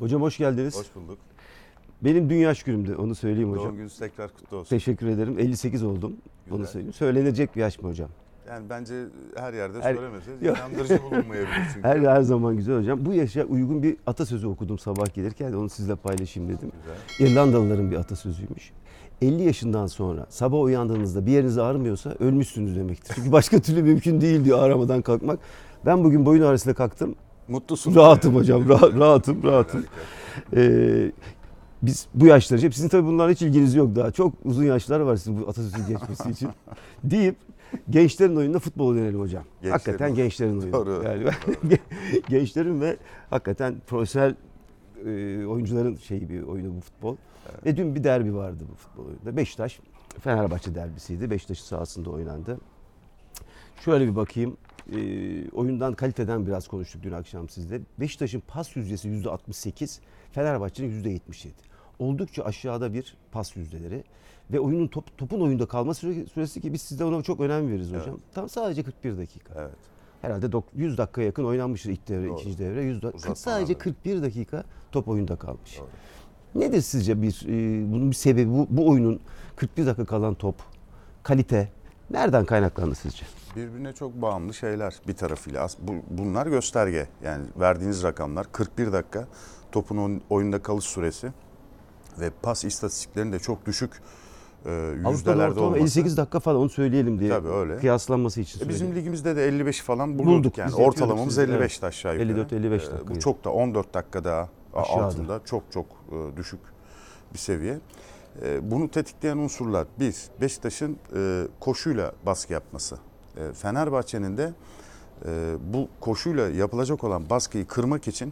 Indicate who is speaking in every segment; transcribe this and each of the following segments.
Speaker 1: Hocam hoş geldiniz.
Speaker 2: Hoş bulduk.
Speaker 1: Benim dün yaş günümdü, onu söyleyeyim hocam.
Speaker 2: Doğum gününüz tekrar kutlu olsun.
Speaker 1: Teşekkür ederim. 58 oldum.
Speaker 2: Güzel.
Speaker 1: Onu söyleyeyim. Söylenecek bir yaş mı hocam?
Speaker 2: Yani bence her yerde
Speaker 1: Her-
Speaker 2: söylemeseniz
Speaker 1: Yok.
Speaker 2: inandırıcı bulunmayabilir çünkü.
Speaker 1: Her zaman güzel hocam. Bu yaşa uygun bir atasözü okudum sabah gelirken. Onu sizle paylaşayım dedim.
Speaker 2: Güzel.
Speaker 1: İrlandalıların bir atasözüymüş. 50 yaşından sonra sabah uyandığınızda bir yeriniz ağrımıyorsa ölmüşsünüz demektir. Çünkü başka türlü mümkün değil diyor ağramadan kalkmak. Ben bugün boyun ağrısıyla kalktım.
Speaker 2: Mutlusunuz.
Speaker 1: Rahatım
Speaker 2: yani.
Speaker 1: hocam, rahatım. Biz bu yaşlar, sizin tabii bunlarla hiç ilginiz yok daha. Çok uzun yaşlar var sizin bu atasözü geçmesi için. Deyip gençlerin oyununa futbola dönelim hocam.
Speaker 2: Gençlerin
Speaker 1: Hakikaten
Speaker 2: oyunu.
Speaker 1: gençlerin oyunu.
Speaker 2: Doğru.
Speaker 1: Yani gençlerin ve hakikaten profesyonel oyuncuların bir oyunu bu futbol. Evet. Ve dün bir derbi vardı bu futbol oyununda. Beşiktaş Fenerbahçe derbisiydi. Beşiktaş'ın sahasında oynandı. Şöyle bir bakayım. Oyundan, kaliteden biraz konuştuk dün akşam sizle. Beşiktaş'ın pas yüzdesi %68, Fenerbahçe'nin %77. Oldukça aşağıda bir pas yüzdeleri ve oyunun topun oyunda kalma süresi ki biz sizde ona çok önem veririz hocam. Evet. Tam sadece 41 dakika.
Speaker 2: Evet.
Speaker 1: Herhalde 100 dakikaya yakın oynanmıştır ilk devre,
Speaker 2: Doğru.
Speaker 1: ikinci devre. Sadece 41 dakika top oyunda kalmış. Doğru. Nedir sizce bunun bir sebebi? Bu oyunun 41 dakika kalan top, kalite nereden kaynaklandı sizce?
Speaker 2: Birbirine çok bağımlı şeyler bir tarafıyla. Bunlar gösterge. Yani verdiğiniz rakamlar 41 dakika topun oyunda kalış süresi ve pas istatistiklerinin de çok düşük yüzdelerde olması.
Speaker 1: 58 dakika falan onu söyleyelim diye.
Speaker 2: Tabii öyle.
Speaker 1: Kıyaslanması için
Speaker 2: bizim ligimizde de 55'i falan bulduk. Yani ortalamamız 55 aşağı yukarı.
Speaker 1: 54-55 dakika.
Speaker 2: Bu çok da 14 dakika daha
Speaker 1: aşağıda.
Speaker 2: Altında çok düşük bir seviye. Bunu tetikleyen unsurlar bir, Beşiktaş'ın koşuyla baskı yapması. Fenerbahçe'nin de bu koşuyla yapılacak olan baskıyı kırmak için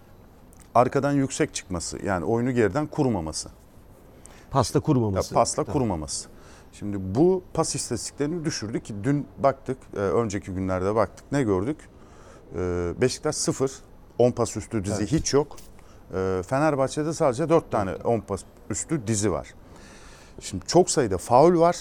Speaker 2: arkadan yüksek çıkması. Yani oyunu geriden kurmaması.
Speaker 1: Pasla kurmaması.
Speaker 2: Pasla kurmaması. Şimdi bu pas istatistiklerini düşürdü ki dün baktık, önceki günlerde baktık. Ne gördük? Beşiktaş 0, 10 pas üstü dizi hiç yok. Fenerbahçe'de sadece 4 tane 10 pas üstü dizi var. Şimdi çok sayıda faul var.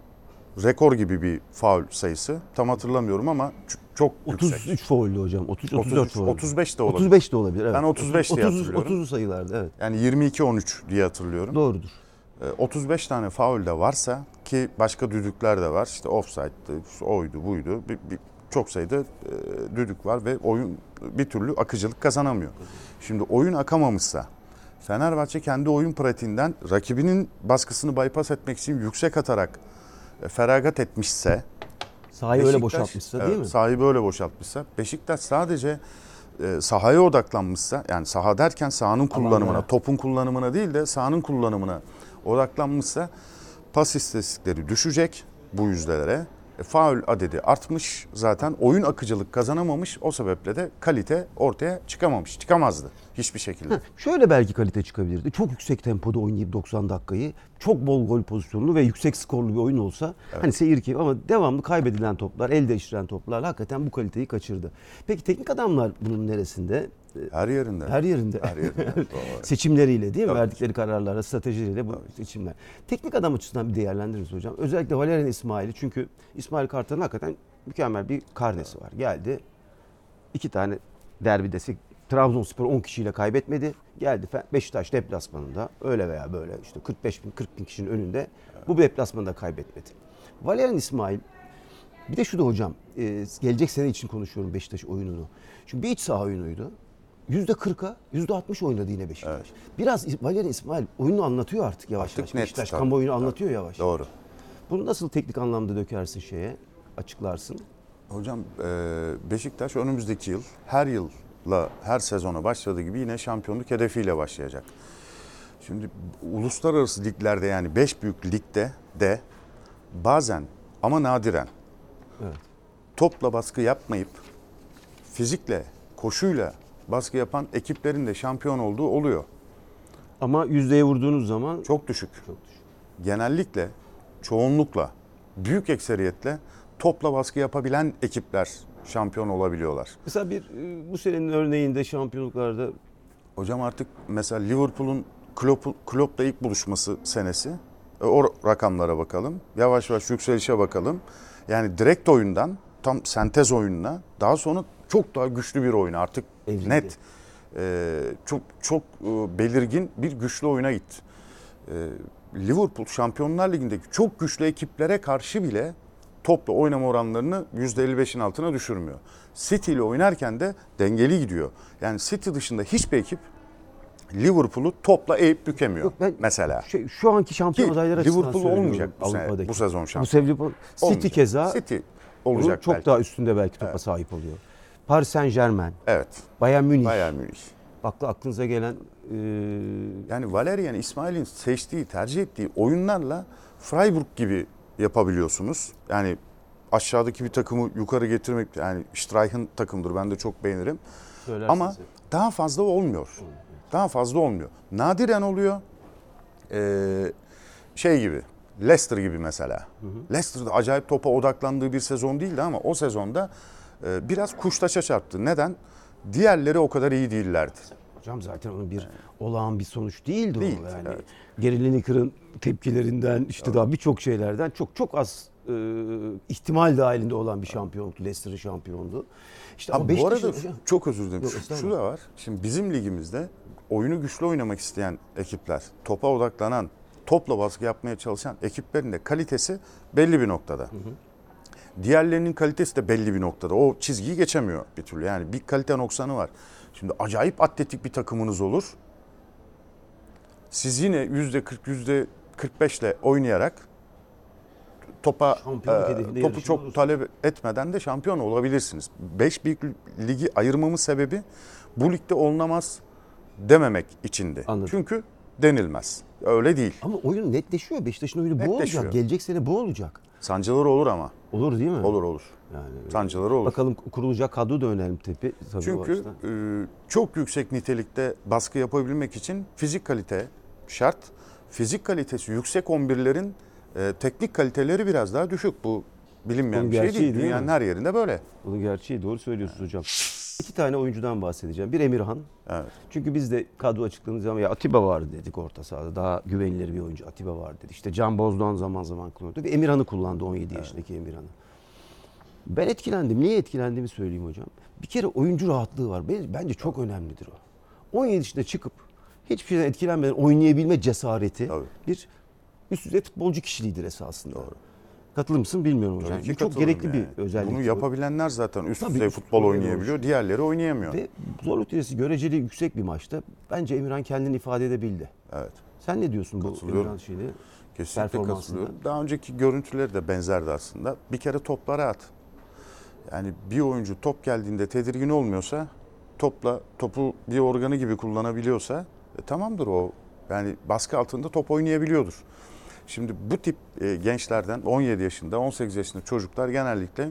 Speaker 2: Rekor gibi bir faul sayısı. Tam hatırlamıyorum ama çok
Speaker 1: 33
Speaker 2: yüksek.
Speaker 1: 33 faullü hocam. 34 faullü.
Speaker 2: 35 de olabilir.
Speaker 1: 35 de olabilir. Evet.
Speaker 2: Ben 35 diye hatırlıyorum.
Speaker 1: 30 sayılardı evet.
Speaker 2: Yani 22-13 diye hatırlıyorum.
Speaker 1: Doğrudur.
Speaker 2: 35 tane faul de varsa ki başka düdükler de var. İşte offside'dı, oydu, buydu. Çok sayıda düdük var ve oyun bir türlü akıcılık kazanamıyor. Şimdi oyun akamamışsa, Fenerbahçe kendi oyun pratiğinden rakibinin baskısını bypass etmek için yüksek atarak feragat etmişse,
Speaker 1: sahayı öyle boşaltmışsa değil mi?
Speaker 2: Sahayı böyle boşaltmışsa, Beşiktaş sadece sahaya odaklanmışsa, yani saha derken sahanın kullanımına, topun kullanımına değil de sahanın kullanımına odaklanmışsa pas istatistikleri düşecek bu yüzdelere. Faul adedi artmış, zaten oyun akıcılık kazanamamış, o sebeple de kalite ortaya çıkamazdı hiçbir şekilde.
Speaker 1: Şöyle belki kalite çıkabilirdi. Çok yüksek tempoda oynayıp 90 dakikayı, çok bol gol pozisyonlu ve yüksek skorlu bir oyun olsa hani seyir keyfi, ama devamlı kaybedilen toplar, el değiştiren toplarla hakikaten bu kaliteyi kaçırdı. Peki teknik adamlar bunun neresinde?
Speaker 2: Her yerinde.
Speaker 1: Her yerinde. Seçimleriyle değil mi?
Speaker 2: Tabii.
Speaker 1: Verdikleri kararlarla, stratejileriyle bu seçimler. Teknik adam açısından bir değerlendiririz hocam. Özellikle Valerian İsmail'i, çünkü İsmail Kartal'ın hakikaten mükemmel bir karnesi var. Geldi 2 tane derbide Trabzonspor 10 kişiyle kaybetmedi. Geldi Beşiktaş deplasmanında öyle veya böyle işte 45 bin 40 bin kişinin önünde bu deplasmanda kaybetmedi. Valerian İsmail, bir de şu da hocam, gelecek sene için konuşuyorum Beşiktaş oyununu. Çünkü bir iç saha oyunuydu. %40'a %60 oynadı yine Beşiktaş. Evet. Biraz Valerian İsmail oyunu anlatıyor artık yavaş yavaş. Beşiktaş kamuoyunu anlatıyor yavaş.
Speaker 2: Doğru.
Speaker 1: Bunu nasıl teknik anlamda dökersin açıklarsın?
Speaker 2: Hocam Beşiktaş önümüzdeki yıl her sezona başladığı gibi yine şampiyonluk hedefiyle başlayacak. Şimdi uluslararası liglerde, yani 5 büyük ligde de bazen ama nadiren topla baskı yapmayıp fizikle, koşuyla baskı yapan ekiplerin de şampiyon olduğu oluyor.
Speaker 1: Ama yüzdeye vurduğunuz zaman
Speaker 2: çok düşük. Genellikle, çoğunlukla, büyük ekseriyetle topla baskı yapabilen ekipler şampiyon olabiliyorlar.
Speaker 1: Mesela bu senenin örneğinde şampiyonluklarda
Speaker 2: hocam artık mesela Liverpool'un Klopp'la ilk buluşması senesi, o rakamlara bakalım. Yavaş yavaş yükselişe bakalım. Yani direkt oyundan tam sentez oyununa, daha sonra çok daha güçlü bir oyun artık evrildi. Net. çok belirgin bir güçlü oyuna gitti. Liverpool Şampiyonlar Ligi'ndeki çok güçlü ekiplere karşı bile topla oynama oranlarını %55'in altına düşürmüyor. City ile oynarken de dengeli gidiyor. Yani City dışında hiçbir ekip Liverpool'u topla eğip bükemiyor.
Speaker 1: Yok, ben
Speaker 2: mesela.
Speaker 1: Şu anki şampiyon adayları açısından
Speaker 2: Liverpool
Speaker 1: söylüyorum
Speaker 2: olmayacak
Speaker 1: Avrupa'daki.
Speaker 2: bu sezon
Speaker 1: Bu
Speaker 2: şampiyon.
Speaker 1: Liverpool, City
Speaker 2: Olmayacak.
Speaker 1: keza
Speaker 2: City
Speaker 1: onun
Speaker 2: olacak
Speaker 1: çok
Speaker 2: belki.
Speaker 1: daha üstünde belki topa sahip oluyor. Paris Saint-Germain,
Speaker 2: Evet.
Speaker 1: Bayern Münih.
Speaker 2: Bayern Münih.
Speaker 1: Aklınıza gelen
Speaker 2: Yani Valerian İsmail'in seçtiği, tercih ettiği oyunlarla Freiburg gibi yapabiliyorsunuz. Yani aşağıdaki bir takımı yukarı getirmek, yani Streichen takımdır, ben de çok beğenirim. Ama daha fazla olmuyor. Daha fazla olmuyor. Nadiren oluyor. Şey gibi, Leicester gibi mesela. Leicester'da acayip topa odaklandığı bir sezon değildi ama o sezonda biraz kuştaşa çarptı. Neden? Diğerleri o kadar iyi değillerdi.
Speaker 1: Hocam zaten onun bir olağan bir sonuç değildi
Speaker 2: Değil,
Speaker 1: o. Yani
Speaker 2: evet.
Speaker 1: Gary Lineker'ın tepkilerinden işte daha birçok şeylerden çok az ihtimal dahilinde olan bir şampiyonluktu. Leicester'ın şampiyondu. İşte ama
Speaker 2: Bu arada
Speaker 1: Beşiktaş'ın
Speaker 2: çok özür dilerim.
Speaker 1: Yok,
Speaker 2: Şu da var. Şimdi bizim ligimizde oyunu güçlü oynamak isteyen ekipler, topa odaklanan, topla baskı yapmaya çalışan ekiplerin de kalitesi belli bir noktada. Diğerlerinin kalitesi de belli bir noktada. O çizgiyi geçemiyor bir türlü. Yani bir kalite noksanı var. Şimdi acayip atletik bir takımınız olur. Siz yine %40, %45 ile oynayarak
Speaker 1: Şampiyonluk hedefinde
Speaker 2: topu
Speaker 1: yarışıyor
Speaker 2: çok
Speaker 1: olursun.
Speaker 2: talep etmeden de şampiyon olabilirsiniz. 5 büyük ligi ayırmamın sebebi bu ligde olunamaz dememek içindi.
Speaker 1: Anladım.
Speaker 2: Çünkü denilmez. Öyle değil.
Speaker 1: Ama oyun netleşiyor. Beşiktaş'ın oyunu bu
Speaker 2: Netleşiyor.
Speaker 1: olacak. Gelecek sene bu olacak.
Speaker 2: Sancıları olur ama.
Speaker 1: Olur değil mi?
Speaker 2: Olur.
Speaker 1: Yani
Speaker 2: Sancıları olur.
Speaker 1: bakalım kurulacak kadro da önemli tabii. O
Speaker 2: Çünkü
Speaker 1: açıdan.
Speaker 2: çok yüksek nitelikte baskı yapabilmek için fizik kalite şart. Fizik kalitesi yüksek 11'lerin teknik kaliteleri biraz daha düşük. Bu bilinmeyen
Speaker 1: Bunun
Speaker 2: bir şey
Speaker 1: gerçeği
Speaker 2: değil.
Speaker 1: değil
Speaker 2: Dünyanın
Speaker 1: mi?
Speaker 2: her yerinde böyle.
Speaker 1: Bunun gerçeği, doğru söylüyorsunuz hocam. İki tane oyuncudan bahsedeceğim. Bir Emirhan.
Speaker 2: Evet.
Speaker 1: Çünkü biz de kadro açıkladığımız zaman ya Atiba vardı dedik orta sahada. Daha güvenilir bir oyuncu Atiba vardı dedik. İşte Can Bozdoğan zaman zaman kullanıyordu. Ve Emirhan'ı kullandı, 17 yaşındaki Emirhan'ı. Ben etkilendim. Niye etkilendiğimi söyleyeyim hocam. Bir kere oyuncu rahatlığı var. Bence çok önemlidir o. 17 yaşında çıkıp hiçbir şeyden etkilenmeden oynayabilme cesareti
Speaker 2: Tabii.
Speaker 1: bir üst düzey futbolcu kişiliğidir esasında. Doğru. Katılır mısın bilmiyorum hocam.
Speaker 2: Tabii ki
Speaker 1: Bu çok
Speaker 2: katılırım
Speaker 1: gerekli
Speaker 2: yani.
Speaker 1: bir özellik.
Speaker 2: Bunu yapabilenler zaten üst
Speaker 1: Tabii,
Speaker 2: düzey
Speaker 1: üst
Speaker 2: futbol
Speaker 1: düzey
Speaker 2: oynayabiliyor. Diğerleri oynayamıyor.
Speaker 1: Ve zorluk derecesi göreceli yüksek bir maçta bence Emirhan kendini ifade edebildi.
Speaker 2: Evet.
Speaker 1: Sen ne diyorsun bu
Speaker 2: Katılıyorum.
Speaker 1: Emirhan şeyine?
Speaker 2: Kesinlikle
Speaker 1: Performansına.
Speaker 2: katılıyorum. Daha önceki görüntüleri de benzerdi aslında. Bir kere toplara at. Yani bir oyuncu top geldiğinde tedirgin olmuyorsa, topu bir organı gibi kullanabiliyorsa tamamdır o. Yani baskı altında top oynayabiliyordur. Şimdi bu tip gençlerden 17 yaşında, 18 yaşında çocuklar genellikle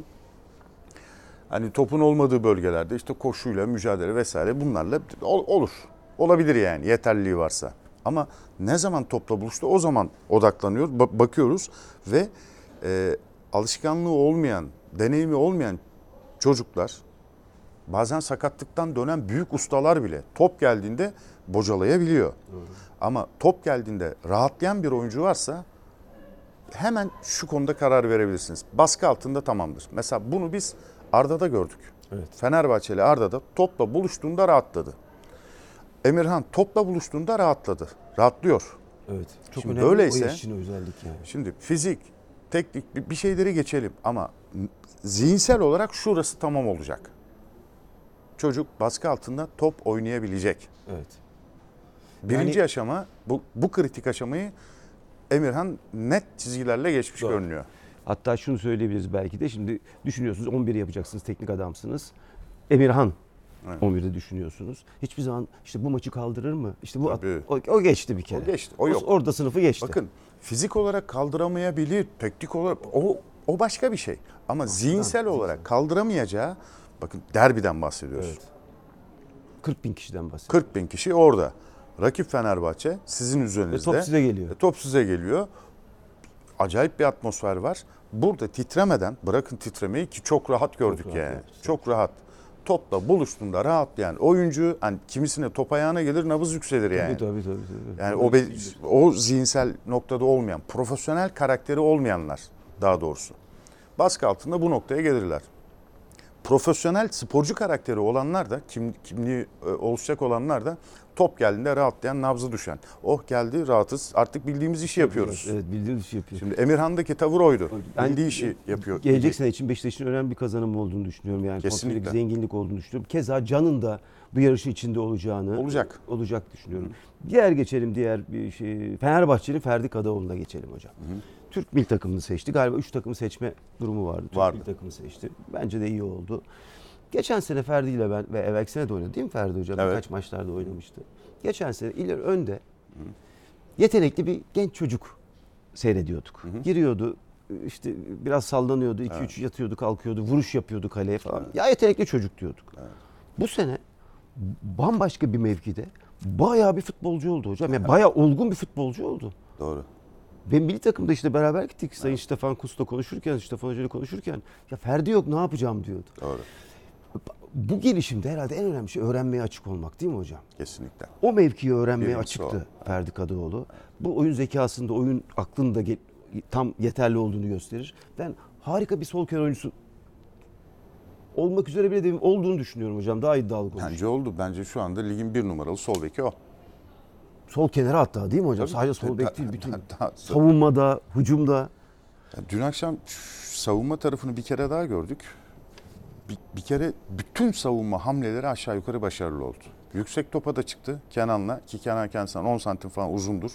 Speaker 2: hani topun olmadığı bölgelerde işte koşuyla, mücadele vesaire bunlarla olur. Olabilir yani yeterliliği varsa. Ama ne zaman topla buluştu o zaman odaklanıyor, bakıyoruz ve alışkanlığı olmayan, deneyimi olmayan çocuklar, bazen sakatlıktan dönen büyük ustalar bile top geldiğinde bocalayabiliyor. Ama top geldiğinde rahatlayan bir oyuncu varsa hemen şu konuda karar verebilirsiniz. Baskı altında tamamdır. Mesela bunu biz Arda'da gördük.
Speaker 1: Evet.
Speaker 2: Fenerbahçeli Arda'da topla buluştuğunda rahatladı. Emirhan topla buluştuğunda rahatladı. Rahatlıyor.
Speaker 1: Evet. Çok
Speaker 2: Şimdi
Speaker 1: önemli
Speaker 2: böyleyse-
Speaker 1: o yaş için özellik yani.
Speaker 2: Şimdi fizik, teknik bir şeyleri geçelim ama zihinsel olarak şurası tamam olacak. Çocuk baskı altında top oynayabilecek.
Speaker 1: Evet.
Speaker 2: Birinci
Speaker 1: Yani-
Speaker 2: aşama, bu kritik aşamayı Emirhan net çizgilerle geçmiş
Speaker 1: Doğru.
Speaker 2: görünüyor.
Speaker 1: Hatta şunu söyleyebiliriz belki de. Şimdi düşünüyorsunuz 11 yapacaksınız, teknik adamsınız. Emirhan
Speaker 2: Evet.
Speaker 1: 11'de düşünüyorsunuz. Hiçbir zaman işte bu maçı kaldırır mı? İşte bu
Speaker 2: Tabii.
Speaker 1: o geçti bir kere.
Speaker 2: O geçti, o yok.
Speaker 1: Orada sınıfı geçti.
Speaker 2: Bakın fizik olarak kaldıramayabilir, teknik olarak o başka bir şey. Ama zihinsel olarak kaldıramayacağı, bakın derbiden bahsediyoruz.
Speaker 1: Evet. 40 bin kişiden bahsediyoruz.
Speaker 2: 40 bin kişi orada. Rakip Fenerbahçe sizin üzerinizde.
Speaker 1: Ve top size geliyor.
Speaker 2: Top size geliyor. Acayip bir atmosfer var. Burada titremeden, bırakın titremeyi ki çok rahat gördük
Speaker 1: rahat,
Speaker 2: yani.
Speaker 1: evet.
Speaker 2: Çok rahat. Topla buluştuğunda rahatlayan oyuncu, hani kimisine top ayağına gelir, nabız yükselir yani.
Speaker 1: Tabii.
Speaker 2: Yani o zihinsel noktada olmayan, profesyonel karakteri olmayanlar daha doğrusu. Baskı altında bu noktaya gelirler. profesyonel sporcu karakteri olanlar da kimliği oluşacak olanlar da top geldiğinde rahatlayan, nabzı düşen. Oh geldi, rahatız, artık bildiğimiz işi yapıyoruz.
Speaker 1: Evet, bildiğimiz işi yapıyor.
Speaker 2: Şimdi Emirhan'daki tavır oydu. Bildiği işi yapıyor.
Speaker 1: Gelecek sene için Beşiktaş'ın önemli bir kazanım olduğunu düşünüyorum. Yani
Speaker 2: kesinlikle.
Speaker 1: Zenginlik olduğunu düşünüyorum. Keza Can'ın da bu yarışın içinde olacağını olacak düşünüyorum. Geçelim diğer bir şey. Fenerbahçe'nin Ferdi Kadıoğlu'na geçelim hocam. Türk milli takımını seçti. Galiba 3 takımı seçme durumu vardı. Türk milli takımını seçti. Bence de iyi oldu. Geçen sene Ferdi ile ben ve evvelki sene de oynadı değil mi Ferdi hocam?
Speaker 2: Evet.
Speaker 1: Birkaç maçlarda oynamıştı. Geçen sene ileri önde yetenekli bir genç çocuk seyrediyorduk. Giriyordu, işte biraz sallanıyordu, 2-3 yatıyordu, kalkıyordu, vuruş yapıyordu kaleye falan. Evet. Ya yetenekli çocuk diyorduk. Evet. Bu sene bambaşka bir mevkide bayağı bir futbolcu oldu hocam. Yani bayağı olgun bir futbolcu oldu.
Speaker 2: Doğru.
Speaker 1: Ben milli takımda işte beraber gittik. Sayın Stefan Kusta konuşurken, Stefan Hoca ile konuşurken ya Ferdi yok ne yapacağım diyordu.
Speaker 2: Doğru.
Speaker 1: Bu gelişimde herhalde en önemli şey öğrenmeye açık olmak değil mi hocam?
Speaker 2: Kesinlikle.
Speaker 1: O mevkiyi öğrenmeye açıktı Ferdi Kadıoğlu. Bu oyun zekasında, oyun aklında tam yeterli olduğunu gösterir. Ben harika bir sol kenar oyuncusu olmak üzere bile olduğunu düşünüyorum hocam. Daha iddialı konuşuyor.
Speaker 2: Bence oldu. Bence şu anda ligin 1 numaralı sol beki o.
Speaker 1: Sol kenara hatta değil mi hocam? Sadece sol bek değil. Bütün savunmada, hücumda.
Speaker 2: Dün akşam savunma tarafını bir kere daha gördük. Bir kere bütün savunma hamleleri aşağı yukarı başarılı oldu. Yüksek topa da çıktı Kenan'la ki Kenan kendisinden 10 santim falan uzundur.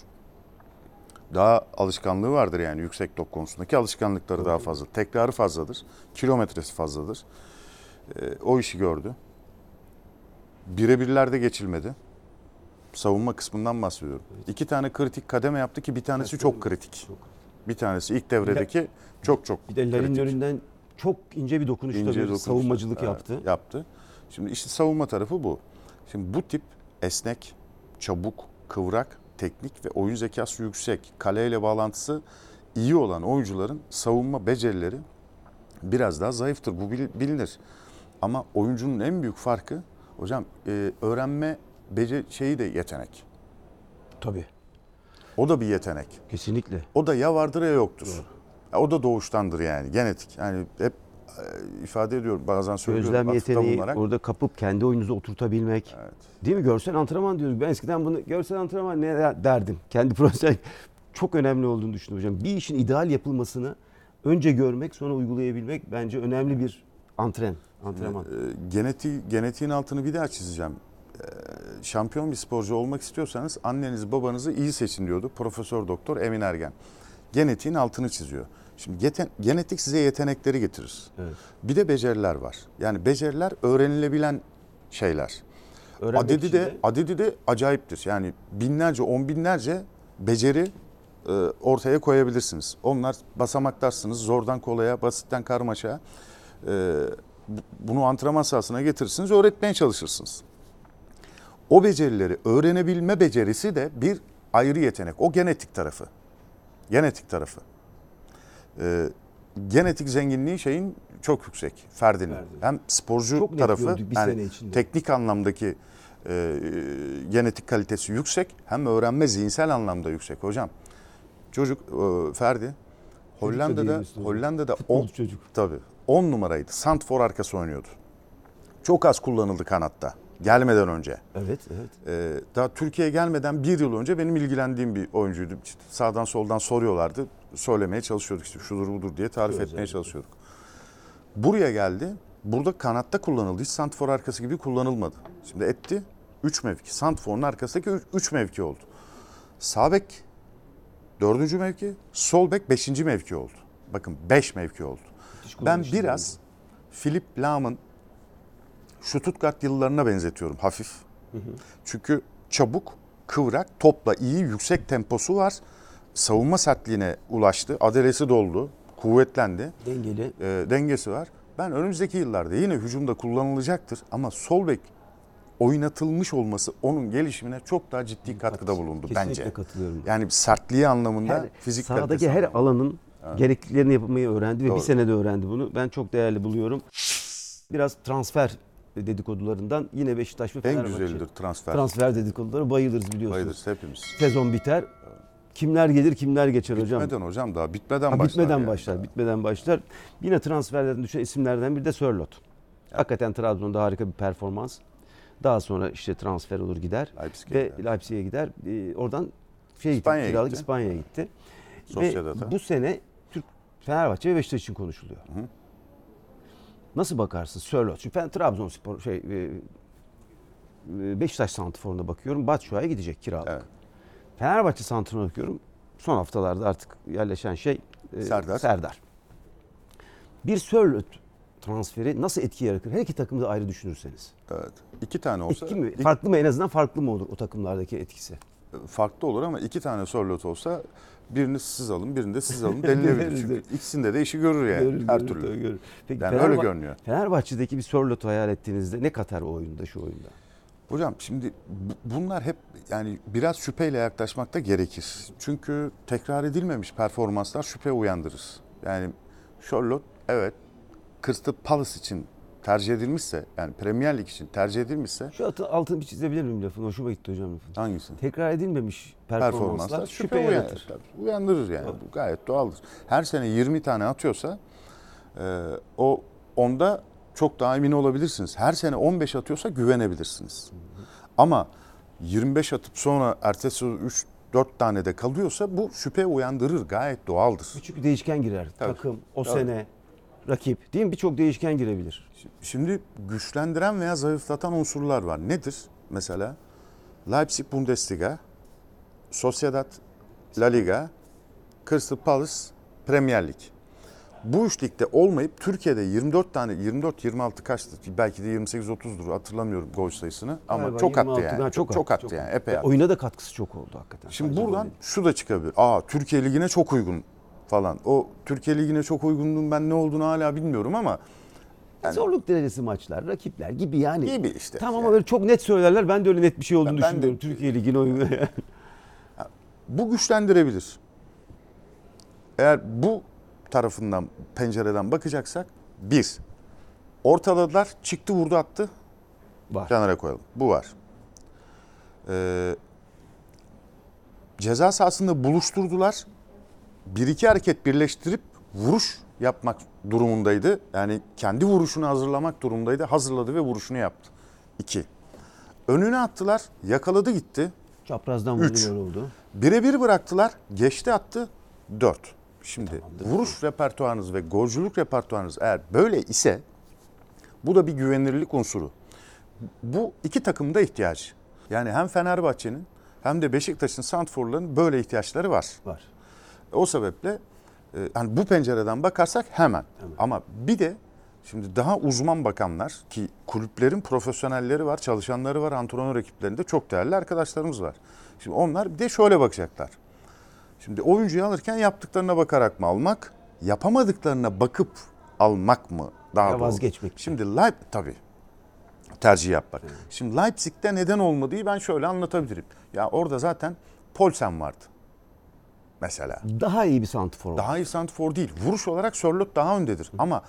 Speaker 2: Daha alışkanlığı vardır yani yüksek top konusundaki alışkanlıkları daha fazla. Tekrarı fazladır. Kilometresi fazladır. O işi gördü. Birebirlerde geçilmedi. Savunma kısmından bahsediyorum. 2 tane kritik kademe yaptı ki bir tanesi çok kritik. Bir tanesi ilk devredeki çok
Speaker 1: bir de Larin önünden çok ince bir dokunuşla savunmacılık
Speaker 2: yaptı. Şimdi işte savunma tarafı bu. Şimdi bu tip esnek, çabuk, kıvrak, teknik ve oyun zekası yüksek, kaleyle bağlantısı iyi olan oyuncuların savunma becerileri biraz daha zayıftır. Bu bilinir. Ama oyuncunun en büyük farkı hocam öğrenme şeyi de yetenek.
Speaker 1: Tabii.
Speaker 2: O da bir yetenek.
Speaker 1: Kesinlikle.
Speaker 2: O da ya vardır ya yoktur. O da doğuştandır yani genetik. Yani hep ifade ediyorum bazen söylüyorum.
Speaker 1: Gözlem yeteneği orada kapıp kendi oyununuza oturtabilmek. Evet. Değil mi? Görsel antrenman diyoruz. Ben eskiden bunu görsel antrenman ne derdim. Kendi profesyonel çok önemli olduğunu düşünüyorum hocam. Bir işin ideal yapılmasını önce görmek sonra uygulayabilmek bence önemli bir antrenman.
Speaker 2: Genetiğin altını bir daha çizeceğim. Şampiyon bir sporcu olmak istiyorsanız annenizi babanızı iyi seçin diyordu Profesör Doktor Emin Ergen. Genetiğin altını çiziyor. Şimdi genetik size yetenekleri getirir. Evet. Bir de beceriler var. Yani beceriler öğrenilebilen şeyler. Adedi de acayiptir. Yani binlerce, on binlerce beceri ortaya koyabilirsiniz. Onlar basamaklarsınız. Zordan kolaya, basitten karmaşaya. Bunu antrenman sahasına getirirsiniz, öğretmeye çalışırsınız. O becerileri öğrenebilme becerisi de bir ayrı yetenek. O genetik tarafı. Genetik zenginliği şeyin çok yüksek. Ferdi'nin. Hem sporcu çok tarafı, yani teknik anlamdaki genetik kalitesi yüksek, hem öğrenme zihinsel anlamda yüksek hocam. Çocuk Ferdi Hollanda'da 10 numaraydı. Santfor arkası oynuyordu. Çok az kullanıldı kanatta. Gelmeden önce.
Speaker 1: Evet.
Speaker 2: Daha Türkiye'ye gelmeden 1 yıl önce benim ilgilendiğim bir oyuncuydu. İşte sağdan soldan soruyorlardı. Söylemeye çalışıyorduk işte şudur budur diye tarif etmeye çalışıyorduk. Buraya geldi. Burada kanatta kullanıldı. Hiç santfor arkası gibi kullanılmadı. Şimdi etti 3 mevki. Santfor'un arkasındaki 3 mevki oldu. Sağ bek 4. mevki, sol bek 5. mevki oldu. Bakın 5 mevki oldu. Ben biraz Philipp Lahm'ın Stuttgart yıllarına benzetiyorum hafif. Çünkü çabuk, kıvrak, topla iyi, yüksek temposu var. Savunma sertliğine ulaştı. Adalesi doldu, kuvvetlendi. Dengesi var. Ben önümüzdeki yıllarda yine hücumda kullanılacaktır. Ama sol bek oynatılmış olması onun gelişimine çok daha ciddi katkıda bulundu bence.
Speaker 1: Kesinlikle katılıyorum.
Speaker 2: Yani sertliği anlamında, fizik
Speaker 1: kalitesi anlamında. Sahadaki her alanın gerekliliklerini yapmayı öğrendi ve bir senede öğrendi bunu. Ben çok değerli buluyorum. Biraz transfer dedikodularından yine Beşiktaş ve Fenerbahçe.
Speaker 2: En güzelidir transfer.
Speaker 1: Transfer dedikoduları bayılırız biliyorsunuz.
Speaker 2: Bayılırız hepimiz.
Speaker 1: Sezon biter. Kimler gelir kimler geçer hocam.
Speaker 2: Bitmeden hocam daha bitmeden başlar.
Speaker 1: Bitmeden başlar. Yine transferlerden düşen isimlerden biri de Sörloth. Hakikaten Trabzon'da harika bir performans. Daha sonra işte transfer olur gider ve Leipzig'e gider. Oradan kiralık İspanya'ya gitti.
Speaker 2: Sociedad'a.
Speaker 1: Ve bu sene Fenerbahçe ve Beşiktaş için konuşuluyor.
Speaker 2: Hı.
Speaker 1: Nasıl bakarsın Sörloth? Çünkü ben Trabzonspor Beşiktaş santrforuna bakıyorum. Batshuayi'ye gidecek kiralık.
Speaker 2: Evet.
Speaker 1: Fenerbahçe santrforuna bakıyorum. Son haftalarda artık yerleşen şey Serdar. Bir Sörloth transferi nasıl etki yaratır? Her iki takımı da ayrı düşünürseniz.
Speaker 2: Evet. 2 tane olsa.
Speaker 1: Farklı mı, en azından farklı mı olur o takımlardaki etkisi?
Speaker 2: Farklı olur ama 2 tane Sörloth olsa birini siz alın, birini de siz alın denilebilir. Çünkü ikisinde de işi görür yani. Her türlü.
Speaker 1: Görür. Peki,
Speaker 2: yani öyle görünüyor.
Speaker 1: Fenerbahçe'deki bir Sörloth'u hayal ettiğinizde ne katar o oyunda, şu oyunda?
Speaker 2: Hocam şimdi bunlar hep yani biraz şüpheyle yaklaşmak da gerekir. Çünkü tekrar edilmemiş performanslar şüphe uyandırır. Yani Sörloth evet Crystal Palace için tercih edilmişse, yani Premier Lig için tercih edilmişse.
Speaker 1: Şu altını bir çizebilir miyim lafını? Hoşuma gitti hocam lafını.
Speaker 2: Hangisi?
Speaker 1: Tekrar edilmemiş performanslar şüphe yaratır.
Speaker 2: Uyandırır yani. Evet. Bu gayet doğaldır. Her sene 20 tane atıyorsa onda çok daha emin olabilirsiniz. Her sene 15 atıyorsa güvenebilirsiniz. Ama 25 atıp sonra ertesi 3-4 tane de kalıyorsa bu şüphe uyandırır. Gayet doğaldır.
Speaker 1: Çünkü değişken girer. Tabii. Takım, sene, rakip değil mi? Birçok değişken girebilir.
Speaker 2: Şimdi güçlendiren veya zayıflatan unsurlar var. Nedir? Mesela Leipzig Bundesliga, Sociedad La Liga, Crystal Palace Premier Lig. Bu üç ligde olmayıp Türkiye'de 24-26 kaçtı? Belki de 28-30'dur, hatırlamıyorum gol sayısını. Ama galiba çok attı yani. Çok attı yani. Epey attı.
Speaker 1: Oyuna da katkısı çok oldu hakikaten.
Speaker 2: Şimdi buradan şu da çıkabilir. Türkiye Ligi'ne çok uygun falan. O Türkiye Ligi'ne çok uygunluğun ben ne olduğunu hala bilmiyorum ama.
Speaker 1: Yani, zorluk derecesi maçlar, rakipler gibi yani.
Speaker 2: Gibi işte.
Speaker 1: Tamam
Speaker 2: yani.
Speaker 1: Ama böyle çok net söylerler. Ben de öyle net bir şey olduğunu düşünüyorum. Türkiye Ligi'ne uygun.
Speaker 2: Bu güçlendirebilir. Eğer bu tarafından, pencereden bakacaksak ortaladılar, çıktı, vurdu, attı.
Speaker 1: Var.
Speaker 2: Kenara koyalım. Bu var. Ceza sahasında buluşturdular. 1-2 hareket birleştirip vuruş yapmak durumundaydı. Yani kendi vuruşunu hazırlamak durumundaydı. Hazırladı ve vuruşunu yaptı. 2. Önüne attılar, yakaladı gitti.
Speaker 1: Çaprazdan vurdu, böyle oldu.
Speaker 2: Birebir bıraktılar, geçti attı. 4. Şimdi vuruş repertuarınız ve golcülük repertuarınız eğer böyle ise bu da bir güvenilirlik unsuru. Bu iki takımda ihtiyaç. Yani hem Fenerbahçe'nin hem de Beşiktaş'ın santrforlarının böyle ihtiyaçları var. O sebeple yani bu pencereden bakarsak hemen. Ama bir de şimdi daha uzman bakanlar ki kulüplerin profesyonelleri var, çalışanları var, antrenör ekiplerinde çok değerli arkadaşlarımız var. Şimdi onlar bir de şöyle bakacaklar. Şimdi oyuncuyu alırken yaptıklarına bakarak mı almak, yapamadıklarına bakıp almak mı daha doğru?
Speaker 1: Vazgeçmek.
Speaker 2: Şimdi tabii tercih yapmak. Evet. Şimdi Leipzig'te neden olmadığı ben şöyle anlatabilirim. Ya orada zaten Poulsen vardı. Mesela.
Speaker 1: Daha iyi bir santrfor.
Speaker 2: Daha iyi santrfor değil. Vuruş olarak Sörloth daha öndedir. Ama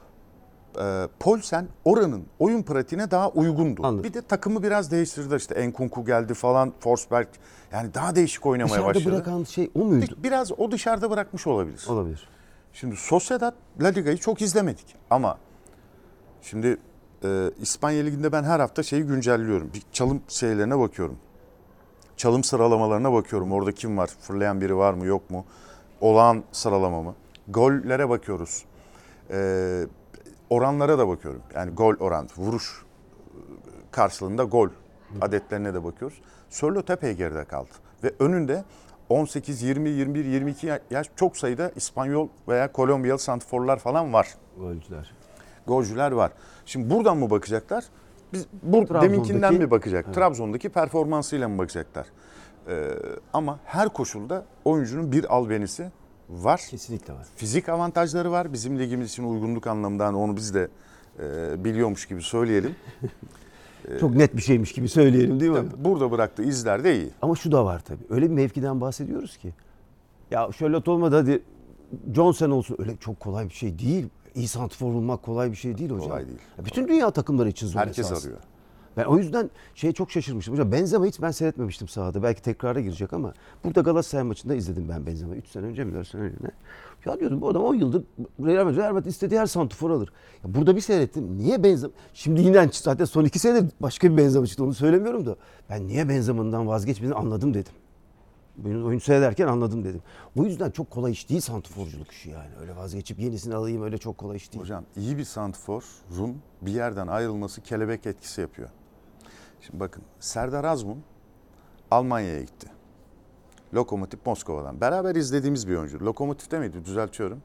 Speaker 2: Poulsen oranın oyun pratiğine daha uygundu.
Speaker 1: Anladım.
Speaker 2: Bir de takımı biraz değiştirdi. İşte Nkunku geldi falan, Forsberg. Yani daha değişik oynamaya başladı.
Speaker 1: Dışarıda bırakan şey o muydu?
Speaker 2: Biraz o dışarıda bırakmış olabilir.
Speaker 1: Olabilir.
Speaker 2: Şimdi Sociedad La Liga'yı çok izlemedik. Ama şimdi İspanya Ligi'nde ben her hafta şeyi güncelliyorum. Bir çalım şeylerine bakıyorum. Çalım sıralamalarına bakıyorum. Orada kim var? Fırlayan biri var mı yok mu? Olağan sıralama mı? Gollere bakıyoruz. Oranlara da bakıyorum. Yani gol oran, vuruş karşılığında gol adetlerine de bakıyoruz. Sörloth epey geride kaldı. Ve önünde 18, 20, 21, 22 yaş çok sayıda İspanyol veya Kolombiyalı santrforlar falan var. Golcüler var. Şimdi buradan mı bakacaklar? Biz deminkinden mi bakacak? Evet. Trabzon'daki performansıyla mı bakacaklar? Ama her koşulda oyuncunun bir albenisi var.
Speaker 1: Kesinlikle var.
Speaker 2: Fizik avantajları var. Bizim ligimiz için uygunluk anlamında onu biz de biliyormuş gibi söyleyelim.
Speaker 1: Çok net bir şeymiş gibi söyleyelim değil mi?
Speaker 2: Burada bıraktığı izler de iyi.
Speaker 1: Ama şu da var tabii. Öyle bir mevkiden bahsediyoruz ki. Ya Sörloth olmadı hadi Johnson olsun. Öyle çok kolay bir şey değil. İyi santrfor olmak kolay bir şey değil hocam.
Speaker 2: Kolay değil.
Speaker 1: Ya bütün dünya takımları için zor
Speaker 2: herkes
Speaker 1: esas.
Speaker 2: arıyor.
Speaker 1: Ben o yüzden çok şaşırmıştım. Hocam Benzema hiç ben seyretmemiştim sahada. Belki tekrara girecek ama burada Galatasaray maçında izledim ben Benzema'yı. 3 sene önce mi 4 sene önce ne? Ya diyordum bu adam 10 yıldır Real Madrid istediği her santrfor alır. Ya burada bir seyrettim. Niye Benzema? Şimdi yine zaten son 2 senedir başka bir Benzema çıktı onu söylemiyorum da. Ben niye Benzema'dan vazgeçmediğini anladım dedim. Oyun seyrederken anladım dedim. O yüzden çok kolay iş değil santrforculuk işi yani. Öyle vazgeçip yenisini alayım öyle çok kolay iş değil.
Speaker 2: Hocam iyi bir santrforun bir yerden ayrılması kelebek etkisi yapıyor. Şimdi bakın Serdar Azmun Almanya'ya gitti. Lokomotiv Moskova'dan. Beraber izlediğimiz bir oyuncu. Lokomotiv'te miydi? Düzeltiyorum.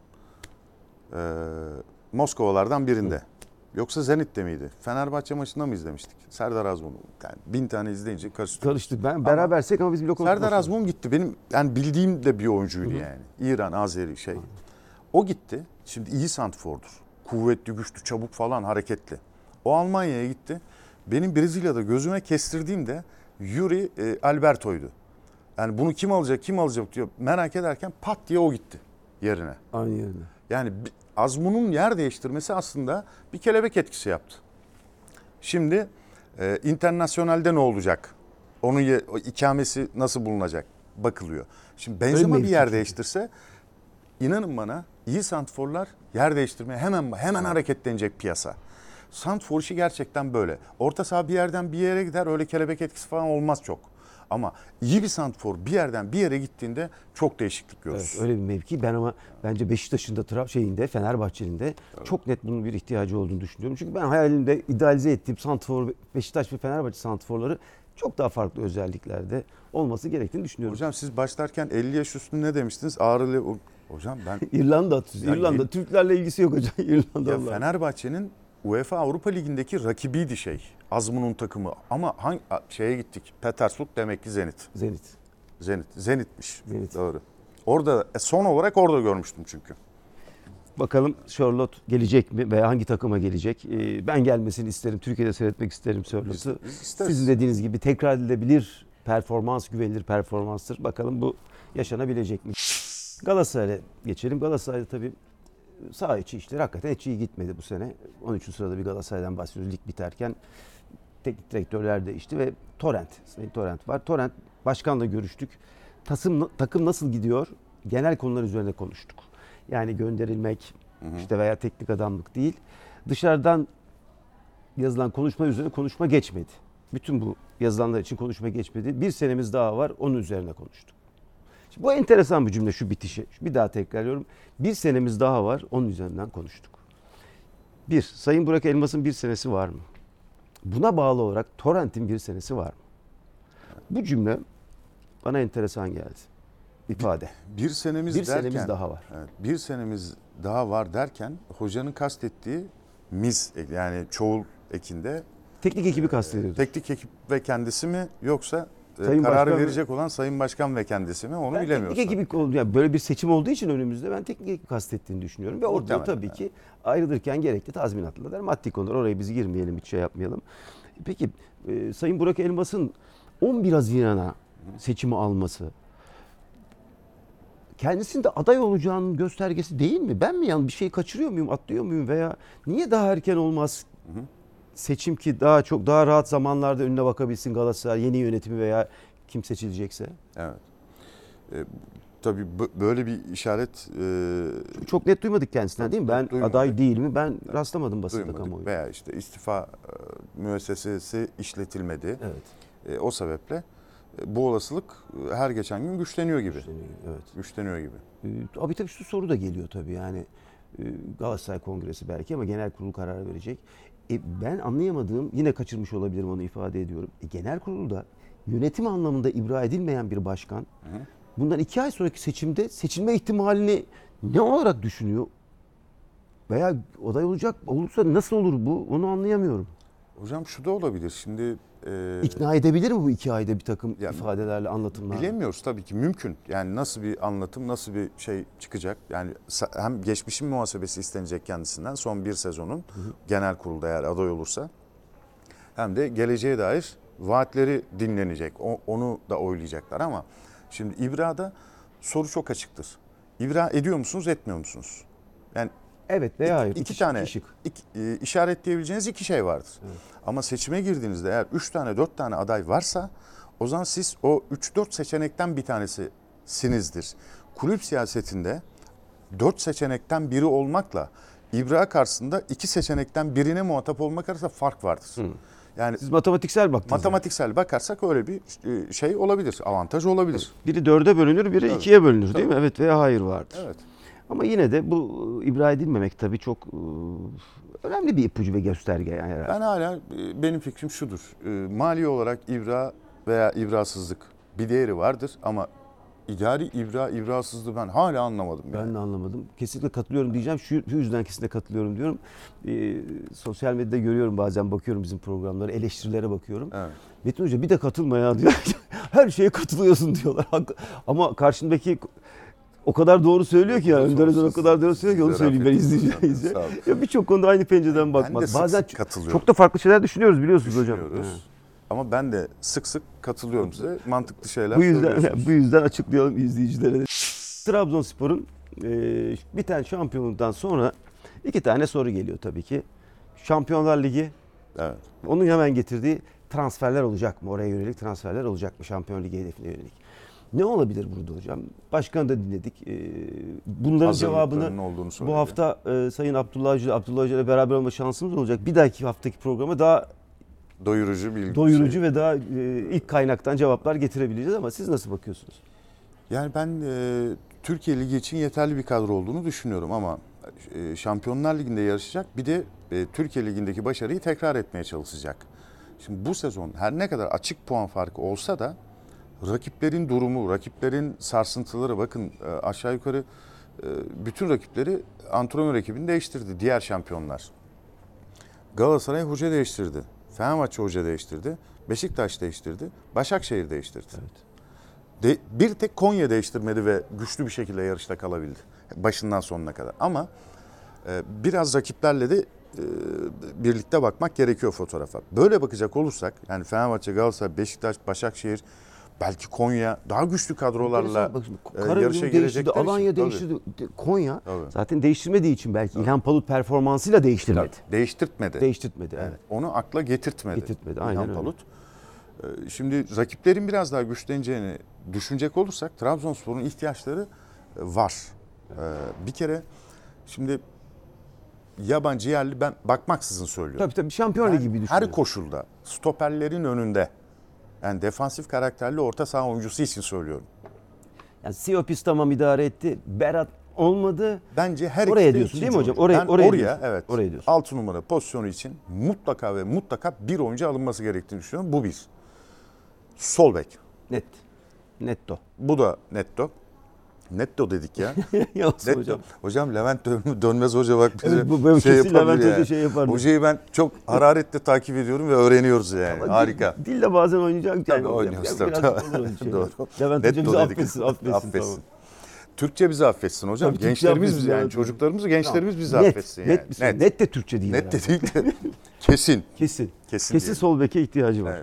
Speaker 2: Moskovalardan birinde. Yoksa Zenit'te miydi? Fenerbahçe maçında mı izlemiştik? Serdar Azmun'u. Yani 1000 tane izleyince
Speaker 1: karıştık. Ben berabersek ama biz bir Lokomotiv.
Speaker 2: Serdar Azmun gitti. Benim yani bildiğim de bir oyuncuydu yani. İran, Azeri şey. O gitti. Şimdi iyi santrfordur. Kuvvetli, güçlü, çabuk falan hareketli. O Almanya'ya gitti. Benim Brezilya'da gözüme kestirdiğimde Yuri Alberto'ydu. Yani bunu kim alacak diyor. Merak ederken pat diye o gitti yerine.
Speaker 1: Aynı yerine.
Speaker 2: Yani Azmun'un yer değiştirmesi aslında bir kelebek etkisi yaptı. Şimdi internasyonelde ne olacak? Onun ikamesi nasıl bulunacak? Bakılıyor. Şimdi Benzema bir yer değiştirse inanın bana iyi santrforlar yer değiştirmeye hemen hareketlenecek piyasa. Santrfor işi gerçekten böyle. Orta saha bir yerden bir yere gider öyle kelebek etkisi falan olmaz çok. Ama iyi bir santrfor bir yerden bir yere gittiğinde çok değişiklik görürüz.
Speaker 1: Evet, öyle bir mevki. Ben ama bence Beşiktaş'ın da Fenerbahçe'nin de çok net bunun bir ihtiyacı olduğunu düşünüyorum. Çünkü ben hayalimde idealize ettiğim santrfor Beşiktaş ve Fenerbahçe santrforları çok daha farklı özelliklerde olması gerektiğini düşünüyorum.
Speaker 2: Hocam siz başlarken 50 yaş üstü ne demiştiniz? Ağrılı hocam ben
Speaker 1: İrlanda Türklerle ilgisi yok hocam İrlanda.
Speaker 2: Ya Fenerbahçe'nin UEFA Avrupa Ligi'ndeki rakibiydi Azmun'un takımı. Ama şeye gittik. Petersburg demek ki Zenit'miş.
Speaker 1: Zenit.
Speaker 2: Doğru. Orada son olarak orada görmüştüm çünkü.
Speaker 1: Bakalım Charlotte gelecek mi veya hangi takıma gelecek? Ben gelmesini isterim. Türkiye'de seyretmek isterim Charlotte'u. Sizin dediğiniz gibi tekrar edilebilir performans, güvenilir performanstır. Bakalım bu yaşanabilecek mi? Galatasaray'a geçelim. Galatasaray'da tabii saha içi işleri hakikaten hiç iyi gitmedi bu sene. 13. sırada bir Galatasaray'dan bahsediyoruz lig biterken. Teknik direktörler değişti ve Sayın Torrent var. Torrent başkanla görüştük. Takım nasıl gidiyor? Genel konular üzerine konuştuk. Yani gönderilmek işte veya teknik adamlık değil. Dışarıdan yazılan konuşma üzerine konuşma geçmedi. Bütün bu yazılanlar için konuşma geçmedi. Bir senemiz daha var, onun üzerine konuştuk. Şimdi bu enteresan bir cümle şu bitişe. Bir daha tekrarlıyorum. Bir senemiz daha var, onun üzerinden konuştuk. Sayın Burak Elmas'ın bir senesi var mı? Buna bağlı olarak Torrent'in bir senesi var mı? Bu cümle bana enteresan geldi. İfade.
Speaker 2: Bir senemiz
Speaker 1: daha var.
Speaker 2: Evet, bir senemiz daha var derken hocanın kastettiği yani çoğul ekinde
Speaker 1: teknik ekibi kastediyordu.
Speaker 2: Teknik ekip ve kendisi mi yoksa
Speaker 1: Sayın
Speaker 2: kararı
Speaker 1: Başkan
Speaker 2: verecek olan Sayın Başkan ve kendisi mi onu bilemiyoruz.
Speaker 1: Teknik ekibi yani böyle bir seçim olduğu için önümüzde ben teknik ekip kastettiğini düşünüyorum. Ve orada tabii ki ayrılırken gerekli tazminatlılar, maddi konular. Oraya biz girmeyelim, hiç şey yapmayalım. Peki Sayın Burak Elmas'ın 11 Haziran'a seçimi alması kendisinin de aday olacağının göstergesi değil mi? Ben mi bir şey kaçırıyor muyum, atlıyor muyum veya niye daha erken olmaz? Seçim ki daha rahat zamanlarda önüne bakabilsin Galatasaray, yeni yönetimi veya kim seçilecekse.
Speaker 2: Evet. Tabii böyle bir işaret...
Speaker 1: Çok net duymadık kendisinden değil mi? Ben
Speaker 2: duymadık.
Speaker 1: Aday değil mi? Ben rastlamadım basında kamuoyu.
Speaker 2: Veya işte istifa müessesesi işletilmedi.
Speaker 1: Evet.
Speaker 2: O sebeple bu olasılık her geçen gün güçleniyor gibi. Güçleniyor gibi.
Speaker 1: Abi tabii şu soru da geliyor tabii yani Galatasaray Kongresi belki ama genel kurul kararı verecek. Ben anlayamadığım, yine kaçırmış olabilirim onu ifade ediyorum. Genel kurulda yönetim anlamında ibra edilmeyen bir başkan bundan 2 ay sonraki seçimde seçilme ihtimalini ne olarak düşünüyor? Veya aday olursa nasıl olur bu? Onu anlayamıyorum.
Speaker 2: Hocam şu da olabilir. Şimdi
Speaker 1: İkna edebilir mi bu 2 ayda bir takım ifadelerle, anlatımlarla?
Speaker 2: Bilemiyoruz tabii ki, mümkün. Yani nasıl bir anlatım, nasıl bir şey çıkacak? Yani hem geçmişin muhasebesi istenecek kendisinden son bir sezonun genel kurulda eğer aday olursa, hem de geleceğe dair vaatleri dinlenecek. Onu da oylayacaklar ama şimdi İbra'da soru çok açıktır. İbra ediyor musunuz, etmiyor musunuz? Yani
Speaker 1: Evet veya hayır.
Speaker 2: İki tane
Speaker 1: şık.
Speaker 2: işaretleyebileceğiniz iki şey vardır.
Speaker 1: Evet.
Speaker 2: Ama seçime girdiğinizde eğer 3 tane 4 tane aday varsa o zaman siz o 3-4 seçenekten bir tanesisinizdir. Kulüp siyasetinde 4 seçenekten biri olmakla İbra karşısında 2 seçenekten birine muhatap olmak arasında fark vardır. Yani
Speaker 1: Siz matematiksel baktınız.
Speaker 2: matematiksel bakarsak öyle bir şey olabilir, avantaj olabilir.
Speaker 1: Biri 4'e bölünür, biri
Speaker 2: Evet.
Speaker 1: 2'ye bölünür değil mi?
Speaker 2: Tabii.
Speaker 1: Evet veya hayır vardır.
Speaker 2: Evet.
Speaker 1: Ama yine de bu ibra edilmemek tabii çok önemli bir ipucu ve gösterge yani herhalde.
Speaker 2: Ben hala benim fikrim şudur. Mali olarak ibra veya ibrasızlık bir değeri vardır ama idari ibrasızlığı ben hala anlamadım.
Speaker 1: Ben de anlamadım. Kesinlikle katılıyorum diyeceğim. Şu yüzden kesinlikle katılıyorum diyorum. Sosyal medyada görüyorum bazen, bakıyorum bizim programlara, eleştirilere bakıyorum.
Speaker 2: Evet.
Speaker 1: Metin Hoca bir de katılma ya diyor. Her şeye katılıyorsun diyorlar. Ama karşındaki o kadar doğru söylüyor ki ya. Önder Özen o kadar doğru söylüyor ki onu söyleyeyim ben izleyeceğiz. Ya birçok konuda aynı pencereden bakmak.
Speaker 2: Ben de
Speaker 1: Bazen
Speaker 2: sık katılıyorum.
Speaker 1: çok da farklı şeyler düşünüyoruz biliyorsunuz hocam.
Speaker 2: Düşünüyoruz. Ama ben de sık sık katılıyorum size. Mantıklı şeyler
Speaker 1: Bu yüzden
Speaker 2: söylüyorsunuz.
Speaker 1: bu yüzden açıklayalım izleyicilere. Trabzonspor'un bir tane şampiyonluktan sonra 2 tane soru geliyor tabii ki. Şampiyonlar Ligi,
Speaker 2: Evet.
Speaker 1: onun hemen getirdiği transferler olacak mı? Oraya yönelik transferler olacak mı? Şampiyonlar Ligi hedefine yönelik. Ne olabilir burada hocam? Başkanı da dinledik. Bunların cevabını
Speaker 2: Hazırlıklarının olduğunu söyledi.
Speaker 1: bu hafta Sayın Abdullah Hoca ile beraber olma şansımız olacak. Bir dahaki haftaki programa daha
Speaker 2: Doyurucu bilgi.
Speaker 1: doyurucu ve daha ilk kaynaktan cevaplar getirebileceğiz ama siz nasıl bakıyorsunuz?
Speaker 2: Yani ben Türkiye Ligi için yeterli bir kadro olduğunu düşünüyorum ama Şampiyonlar Ligi'nde yarışacak, bir de Türkiye Ligi'ndeki başarıyı tekrar etmeye çalışacak. Şimdi bu sezon her ne kadar açık puan farkı olsa da rakiplerin durumu, rakiplerin sarsıntıları, bakın aşağı yukarı bütün rakipleri antrenör ekibini değiştirdi diğer şampiyonlar. Galatasaray hoca değiştirdi, Fenerbahçe hoca değiştirdi, Beşiktaş değiştirdi, Başakşehir değiştirdi.
Speaker 1: Evet.
Speaker 2: Bir tek Konya değiştirmedi ve güçlü bir şekilde yarışta kalabildi başından sonuna kadar. Ama biraz rakiplerle de birlikte bakmak gerekiyor fotoğrafa. Böyle bakacak olursak yani Fenerbahçe, Galatasaray, Beşiktaş, Başakşehir, belki Konya daha güçlü kadrolarla yarışa girecekler.
Speaker 1: Alanya
Speaker 2: için.
Speaker 1: değiştirdi. Konya
Speaker 2: Tabii.
Speaker 1: zaten değiştirmediği için belki İlhan Palut performansıyla değiştirmedi.
Speaker 2: Değiştirtmedi.
Speaker 1: Değiştirtmedi evet.
Speaker 2: Onu akla getirtmedi.
Speaker 1: Aynen
Speaker 2: İlhan
Speaker 1: öyle.
Speaker 2: Palut. Şimdi rakiplerin biraz daha güçleneceğini düşünecek olursak Trabzonspor'un ihtiyaçları var. Bir kere şimdi yabancı yerli ben bakmaksızın söylüyorum.
Speaker 1: Tabii Şampiyonlar Ligi gibi düşünüyorum.
Speaker 2: Her koşulda stoperlerin önünde yani defansif karakterli orta saha oyuncusu için söylüyorum.
Speaker 1: Yani Siopis tamam idare etti. Berat olmadı.
Speaker 2: Bence her
Speaker 1: Oraya
Speaker 2: ikisi de
Speaker 1: diyorsun değil mi
Speaker 2: ikinci
Speaker 1: hocam?
Speaker 2: oyuncu.
Speaker 1: Oraya
Speaker 2: Ben
Speaker 1: diyorsun.
Speaker 2: evet.
Speaker 1: Oraya diyorsun.
Speaker 2: 6 numara pozisyonu için mutlaka ve mutlaka bir oyuncu alınması gerektiğini düşünüyorum. Bu bir. Sol bek.
Speaker 1: Net. Netto.
Speaker 2: Bu da netto. Netto dedik ya.
Speaker 1: Yalnız
Speaker 2: Netto.
Speaker 1: hocam.
Speaker 2: Hocam Levent Dönmez Hoca bak bize
Speaker 1: Evet, bu kesin
Speaker 2: yapabilir
Speaker 1: Levent
Speaker 2: yani.
Speaker 1: Hoca şey yapar.
Speaker 2: Hocayı ben çok hararetle takip ediyorum ve öğreniyoruz yani.
Speaker 1: Ama
Speaker 2: Harika.
Speaker 1: Dille bazen oynayacak.
Speaker 2: Tabii oynuyoruz tabii.
Speaker 1: Biraz olur öyle şey.
Speaker 2: Doğru.
Speaker 1: Levent Hoca
Speaker 2: Netto
Speaker 1: bizi
Speaker 2: dedik.
Speaker 1: affetsin. Tamam.
Speaker 2: Türkçe bizi affetsin hocam.
Speaker 1: Tabii, Türkçe
Speaker 2: Gençlerimiz
Speaker 1: affetsin,
Speaker 2: bizi yani
Speaker 1: evet.
Speaker 2: çocuklarımız, gençlerimiz bizi
Speaker 1: Net,
Speaker 2: affetsin
Speaker 1: net,
Speaker 2: yani.
Speaker 1: net de Türkçe değil.
Speaker 2: Net de
Speaker 1: herhalde.
Speaker 2: değil de kesin.
Speaker 1: Kesin.
Speaker 2: Kesin
Speaker 1: Kesin
Speaker 2: diyelim.
Speaker 1: sol beke ihtiyacı var.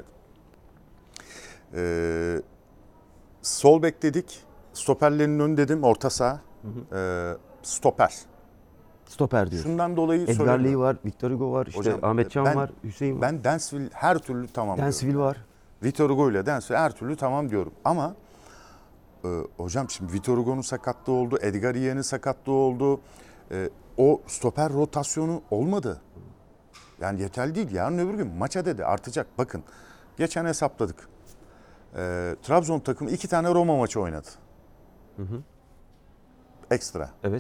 Speaker 2: Evet. Sol bek dedik. Stoperlerin önü dedim. Orta saha. Stoper.
Speaker 1: Stoper diyorsun.
Speaker 2: Şundan dolayı
Speaker 1: Edgar
Speaker 2: söylemiyorum.
Speaker 1: Lee var, Victor Hugo var, işte
Speaker 2: Hocam,
Speaker 1: Ahmet Can
Speaker 2: ben-
Speaker 1: var, Hüseyin var.
Speaker 2: Ben Densville her türlü tamam diyorum.
Speaker 1: Densville var.
Speaker 2: Vitor Hugo ile Densville her türlü tamam diyorum. Ama hocam şimdi Vitor Hugo'nun sakatlığı oldu. Edgar Iye'nin sakatlığı oldu. O stoper rotasyonu olmadı. Yani yeterli değil. Yarın öbür gün maça dedi artacak. Bakın geçen hesapladık. Trabzon takımı 2 tane Roma maçı oynadı. Ekstra.
Speaker 1: Evet.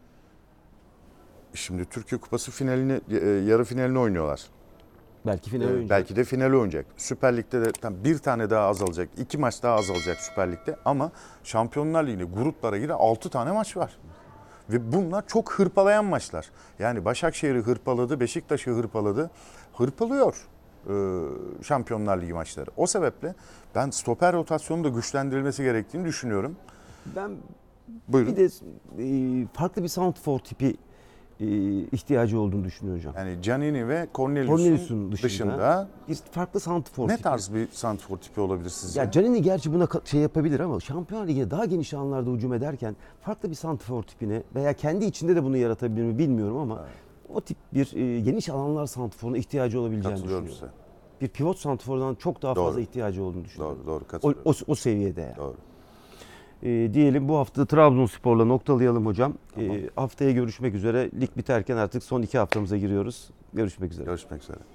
Speaker 2: Şimdi Türkiye Kupası finalini, yarı finalini oynuyorlar.
Speaker 1: Belki final oynayacak.
Speaker 2: Belki de finali oynayacak. Süper Lig'de de bir tane daha azalacak. 2 maç daha azalacak Süper Lig'de. Ama Şampiyonlar Ligi'nde gruplara giren 6 tane maç var. Ve bunlar çok hırpalayan maçlar. Yani Başakşehir'i hırpaladı, Beşiktaş'ı hırpaladı. Hırpalıyor Şampiyonlar Ligi maçları. O sebeple ben stoper rotasyonun da güçlendirilmesi gerektiğini düşünüyorum.
Speaker 1: Ben
Speaker 2: Buyurun.
Speaker 1: bir de farklı bir santrfor tipi ihtiyacı olduğunu düşünüyorum hocam.
Speaker 2: Yani Giannini ve
Speaker 1: Cornelius'un
Speaker 2: Cornelius'un dışında
Speaker 1: bir farklı santrfor
Speaker 2: ne
Speaker 1: tipi.
Speaker 2: tarz bir santrfor tipi olabilir sizce?
Speaker 1: Ya Giannini gerçi buna şey yapabilir ama Şampiyonlar Ligi'ne daha geniş alanlarda hücum ederken farklı bir santrfor tipini veya kendi içinde de bunu yaratabilir mi bilmiyorum ama o tip bir geniş alanlar santrforuna ihtiyacı olabileceğini
Speaker 2: Katılıyorum
Speaker 1: düşünüyorum.
Speaker 2: size.
Speaker 1: Bir pivot santrfordan çok daha
Speaker 2: Doğru.
Speaker 1: fazla ihtiyacı olduğunu düşünüyorum.
Speaker 2: Doğru katılıyorum.
Speaker 1: O seviyede yani.
Speaker 2: Doğru.
Speaker 1: Diyelim bu hafta Trabzonspor'la noktalayalım hocam.
Speaker 2: Tamam.
Speaker 1: Haftaya görüşmek üzere. Lig biterken artık son 2 haftamıza giriyoruz. Görüşmek üzere.
Speaker 2: Görüşmek üzere.